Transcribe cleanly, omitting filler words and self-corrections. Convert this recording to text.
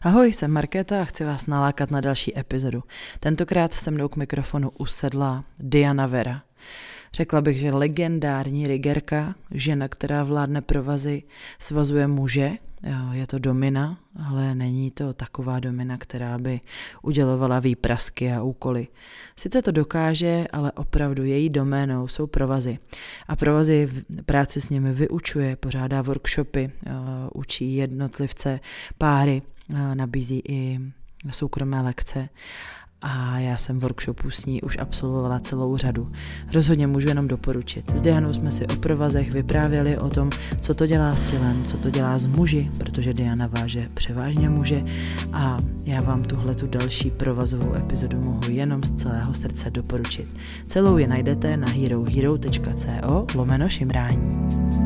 Ahoj, jsem Markéta a chci vás nalákat na další epizodu. Tentokrát se mnou k mikrofonu usedla Diana Vera. Řekla bych, že legendární rigerka, žena, která vládne provazy, svazuje muže. Je to domina, ale není to taková domina, která by udělovala výprasky a úkoly. Sice to dokáže, ale opravdu její doménou jsou provazy. A provazy práci s nimi vyučuje, pořádá workshopy, učí jednotlivce, páry, nabízí i soukromé lekce. A já jsem workshopů s ní už absolvovala celou řadu. Rozhodně můžu jenom doporučit. S Dianou jsme si o provazech vyprávěli o tom, co to dělá s tělem, co to dělá s muži, protože Diana váže převážně muže a já vám tuhletu další provazovou epizodu mohu jenom z celého srdce doporučit. Celou je najdete na herohero.co/šimrání.